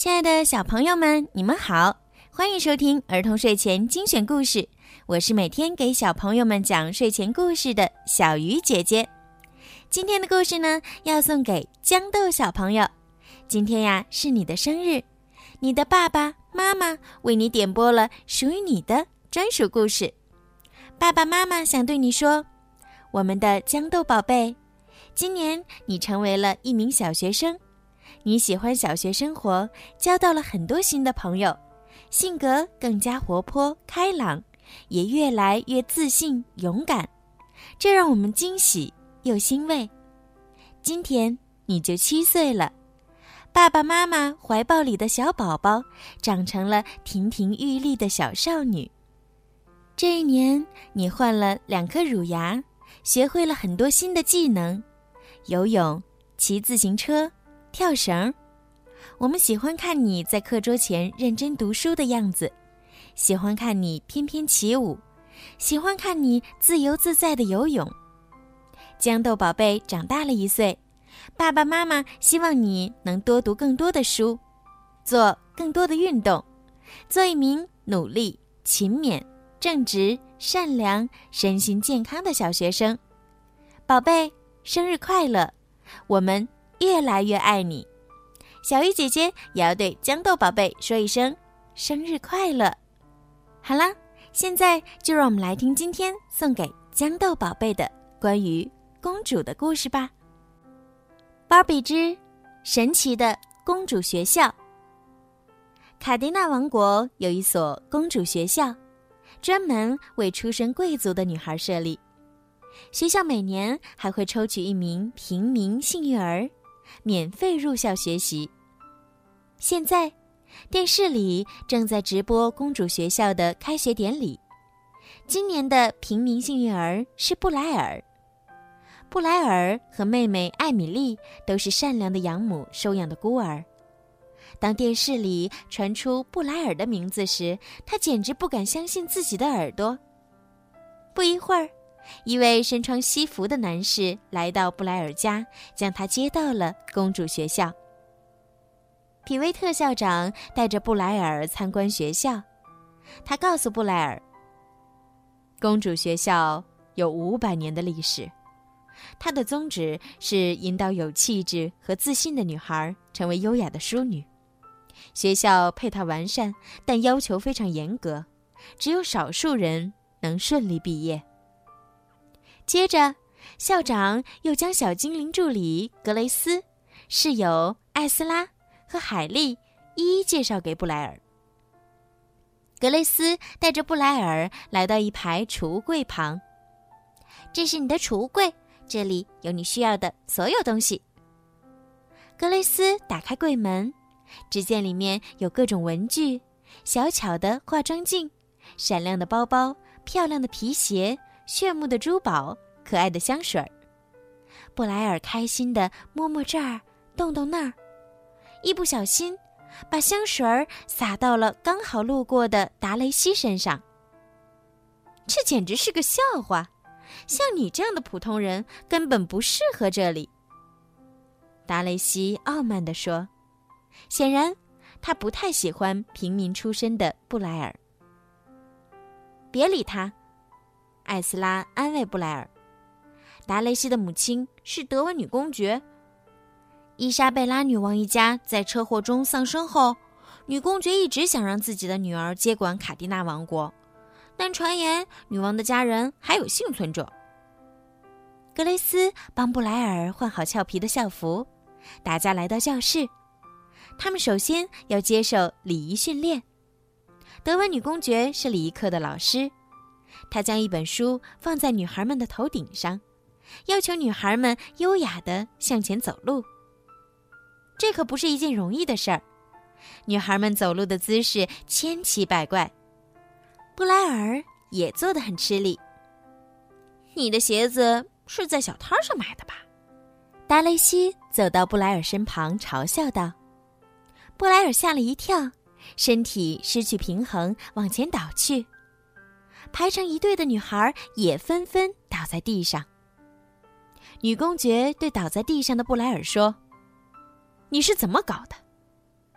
亲爱的小朋友们，你们好，欢迎收听儿童睡前精选故事。我是每天给小朋友们讲睡前故事的小鱼姐姐。今天的故事呢，要送给豇豆小朋友。今天呀，是你的生日，你的爸爸妈妈为你点播了属于你的专属故事。爸爸妈妈想对你说，我们的豇豆宝贝，今年你成为了一名小学生，你喜欢小学生活，交到了很多新的朋友，性格更加活泼开朗，也越来越自信勇敢，这让我们惊喜又欣慰。今天你就7岁了，爸爸妈妈怀抱里的小宝宝长成了亭亭玉立的小少女。这一年，你换了2颗乳牙，学会了很多新的技能，游泳、骑自行车、跳绳。我们喜欢看你在课桌前认真读书的样子，喜欢看你翩翩起舞，喜欢看你自由自在的游泳。豇豆宝贝长大了1岁，爸爸妈妈希望你能多读更多的书，做更多的运动，做一名努力、勤勉、正直、善良、身心健康的小学生。宝贝，生日快乐！我们越来越爱你。小鱼姐姐也要对豇豆宝贝说一声生日快乐。好啦，现在就让我们来听今天送给豇豆宝贝的关于公主的故事吧。芭比之神奇的公主学校。卡迪娜王国有一所公主学校，专门为出身贵族的女孩设立。学校每年还会抽取1名平民幸运儿，免费入校学习。现在，电视里正在直播公主学校的开学典礼。今年的平民幸运儿是布莱尔。布莱尔和妹妹艾米丽都是善良的养母收养的孤儿。当电视里传出布莱尔的名字时，她简直不敢相信自己的耳朵。不一会儿，一位身穿西服的男士来到布莱尔家，将他接到了公主学校。皮维特校长带着布莱尔参观学校，他告诉布莱尔，公主学校有500年的历史，它的宗旨是引导有气质和自信的女孩成为优雅的淑女。学校配套完善，但要求非常严格，只有少数人能顺利毕业。接着，校长又将小精灵助理格雷斯、室友艾斯拉和海莉一一介绍给布莱尔。格雷斯带着布莱尔来到一排储物柜旁。这是你的储物柜，这里有你需要的所有东西。格雷斯打开柜门，只见里面有各种文具、小巧的化妆镜、闪亮的包包、漂亮的皮鞋、炫目的珠宝、可爱的香水。布莱尔开心地摸摸这儿，动动那儿，一不小心把香水洒到了刚好路过的达雷西身上。这简直是个笑话，像你这样的普通人根本不适合这里。达雷西傲慢地说，显然他不太喜欢平民出身的布莱尔。别理他，艾斯拉安慰布莱尔，达雷西的母亲是德文女公爵。伊莎贝拉女王一家在车祸中丧生后，女公爵一直想让自己的女儿接管卡蒂娜王国，但传言女王的家人还有幸存者。格雷斯帮布莱尔换好俏皮的校服，大家来到教室。他们首先要接受礼仪训练。德文女公爵是礼仪课的老师，她将一本书放在女孩们的头顶上，要求女孩们优雅地向前走路。这可不是一件容易的事儿，女孩们走路的姿势千奇百怪。布莱尔也做得很吃力。你的鞋子是在小摊上买的吧？达雷西走到布莱尔身旁嘲笑道。布莱尔吓了一跳，身体失去平衡往前倒去。排成一队的女孩也纷纷倒在地上。女公爵对倒在地上的布莱尔说，你是怎么搞的？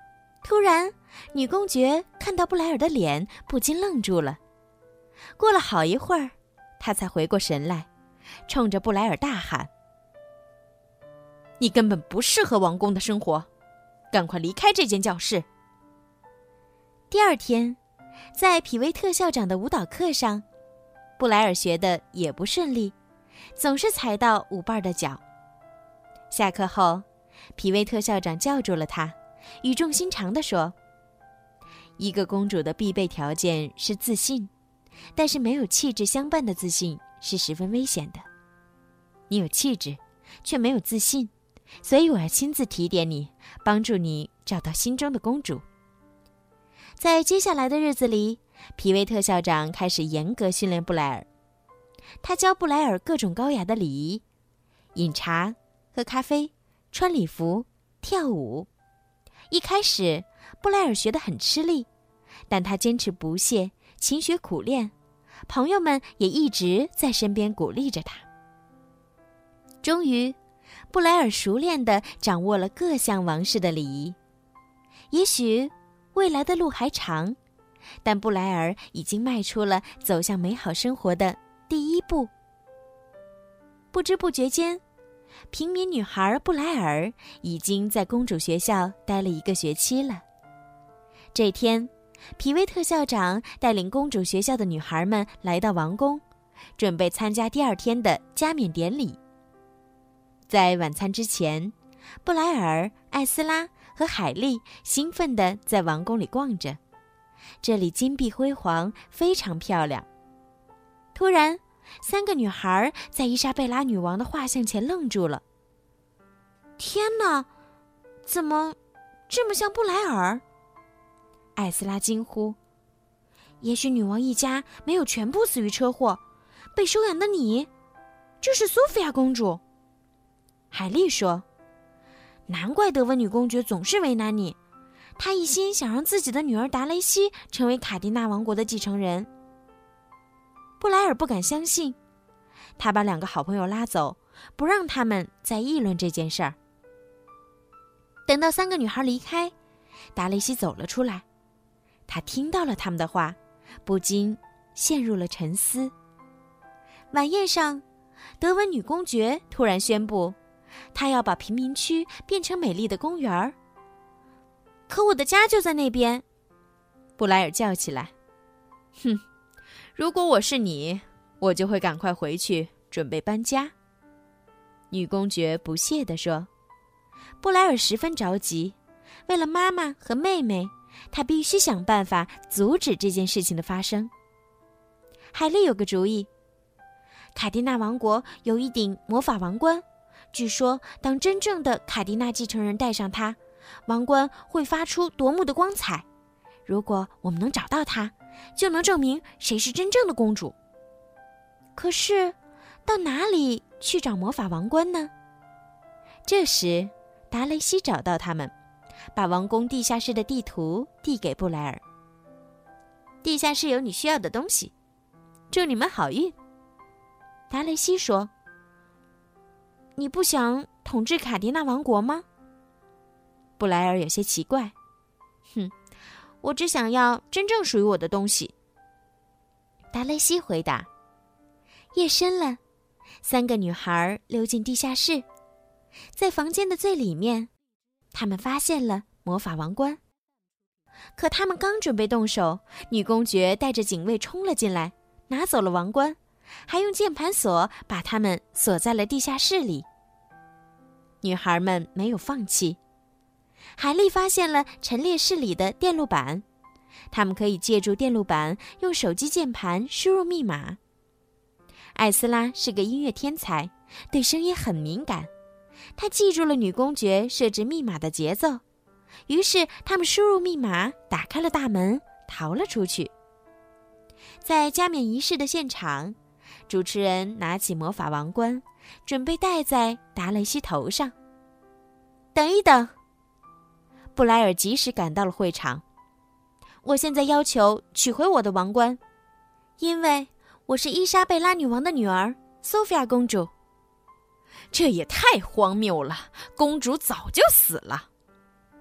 突然，女公爵看到布莱尔的脸，不禁愣住了。过了好一会儿，她才回过神来，冲着布莱尔大喊：“你根本不适合王宫的生活，赶快离开这间教室！”第二天，在皮维特校长的舞蹈课上，布莱尔学的也不顺利，总是踩到舞伴的脚。下课后，皮维特校长叫住了他，语重心长地说：“一个公主的必备条件是自信，但是没有气质相伴的自信是十分危险的。你有气质，却没有自信，所以我要亲自提点你，帮助你找到心中的公主。”在接下来的日子里，皮维特校长开始严格训练布莱尔。他教布莱尔各种高雅的礼仪：饮茶、喝咖啡、穿礼服、跳舞。一开始，布莱尔学得很吃力，但他坚持不懈，勤学苦练，朋友们也一直在身边鼓励着他。终于，布莱尔熟练地掌握了各项王室的礼仪。也许未来的路还长，但布莱尔已经迈出了走向美好生活的第一步。不知不觉间，平民女孩布莱尔已经在公主学校待了1个学期了。这天，皮维特校长带领公主学校的女孩们来到王宫，准备参加第2天的加冕典礼。在晚餐之前，布莱尔、艾斯拉和海莉兴奋地在王宫里逛着，这里金碧辉煌，非常漂亮。突然，3个女孩在伊莎贝拉女王的画像前愣住了。天哪，怎么这么像布莱尔？艾斯拉惊呼。也许女王一家没有全部死于车祸，被收养的你，这是苏菲亚公主。海莉说，难怪德文女公爵总是为难你，她一心想让自己的女儿达雷西成为卡蒂娜王国的继承人。布莱尔不敢相信，他把2个好朋友拉走，不让他们再议论这件事儿。等到3个女孩离开，达雷西走了出来，他听到了他们的话，不禁陷入了沉思。晚宴上，德文女公爵突然宣布，她要把贫民区变成美丽的公园儿。可我的家就在那边，布莱尔叫起来。哼，如果我是你，我就会赶快回去准备搬家。女公爵不屑地说。布莱尔十分着急，为了妈妈和妹妹，他必须想办法阻止这件事情的发生。海莉有个主意，卡蒂娜王国有一顶魔法王冠，据说当真正的卡蒂娜继承人戴上它，王冠会发出夺目的光彩。如果我们能找到它，就能证明谁是真正的公主。可是，到哪里去找魔法王冠呢？这时，达雷西找到他们，把王宫地下室的地图递给布莱尔。地下室有你需要的东西，祝你们好运。达雷西说。你不想统治卡蒂娜王国吗？布莱尔有些奇怪。我只想要真正属于我的东西。达雷西回答。夜深了，3个女孩溜进地下室，在房间的最里面，她们发现了魔法王冠。可她们刚准备动手，女公爵带着警卫冲了进来，拿走了王冠，还用键盘锁把他们锁在了地下室里。女孩们没有放弃。海莉发现了陈列室里的电路板，他们可以借助电路板用手机键盘输入密码。艾斯拉是个音乐天才，对声音很敏感，他记住了女公爵设置密码的节奏，于是他们输入密码，打开了大门，逃了出去。在加冕仪式的现场，主持人拿起魔法王冠，准备戴在达雷西头上。等一等，布莱尔及时赶到了会场。我现在要求取回我的王冠，因为我是伊莎贝拉女王的女儿，索菲亚公主。这也太荒谬了，公主早就死了。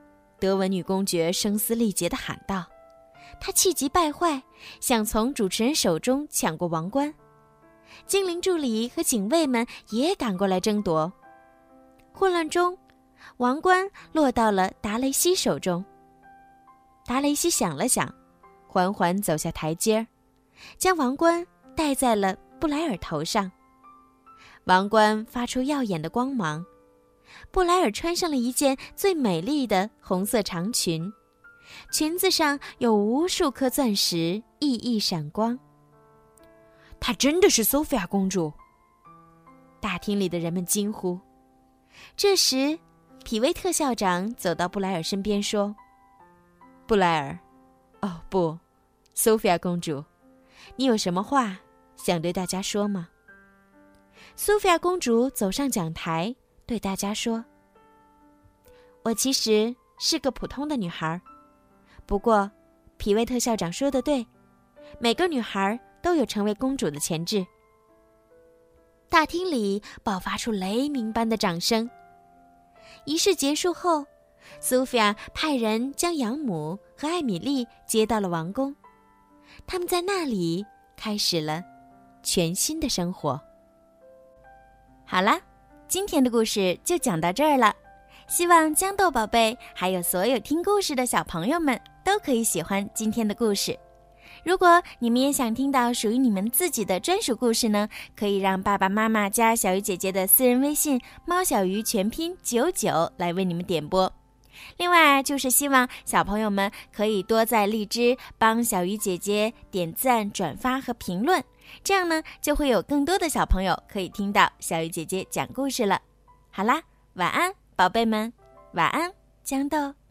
德文女公爵声嘶力竭地喊道。她气急败坏，想从主持人手中抢过王冠。精灵助理和警卫们也赶过来争夺。混乱中，王冠落到了达雷西手中。达雷西想了想，缓缓走下台阶，将王冠戴在了布莱尔头上。王冠发出耀眼的光芒，布莱尔穿上了一件最美丽的红色长裙，裙子上有无数颗钻石，熠熠闪光。她真的是索菲亚公主！大厅里的人们惊呼。这时，皮威特校长走到布莱尔身边说：“布莱尔，哦不，索菲亚公主，你有什么话想对大家说吗？”苏菲亚公主走上讲台，对大家说：“我其实是个普通的女孩，不过，皮威特校长说的对，每个女孩都有成为公主的潜质。”大厅里爆发出雷鸣般的掌声。仪式结束后，苏菲亚派人将养母和艾米丽接到了王宫，他们在那里开始了全新的生活。好啦，今天的故事就讲到这儿了。希望豇豆宝贝还有所有听故事的小朋友们都可以喜欢今天的故事。如果你们也想听到属于你们自己的专属故事呢，可以让爸爸妈妈加小鱼姐姐的私人微信猫小鱼全拼99来为你们点播。另外就是希望小朋友们可以多在荔枝帮小鱼姐姐点赞、转发和评论，这样呢就会有更多的小朋友可以听到小鱼姐姐讲故事了。好啦，晚安宝贝们，晚安豇豆。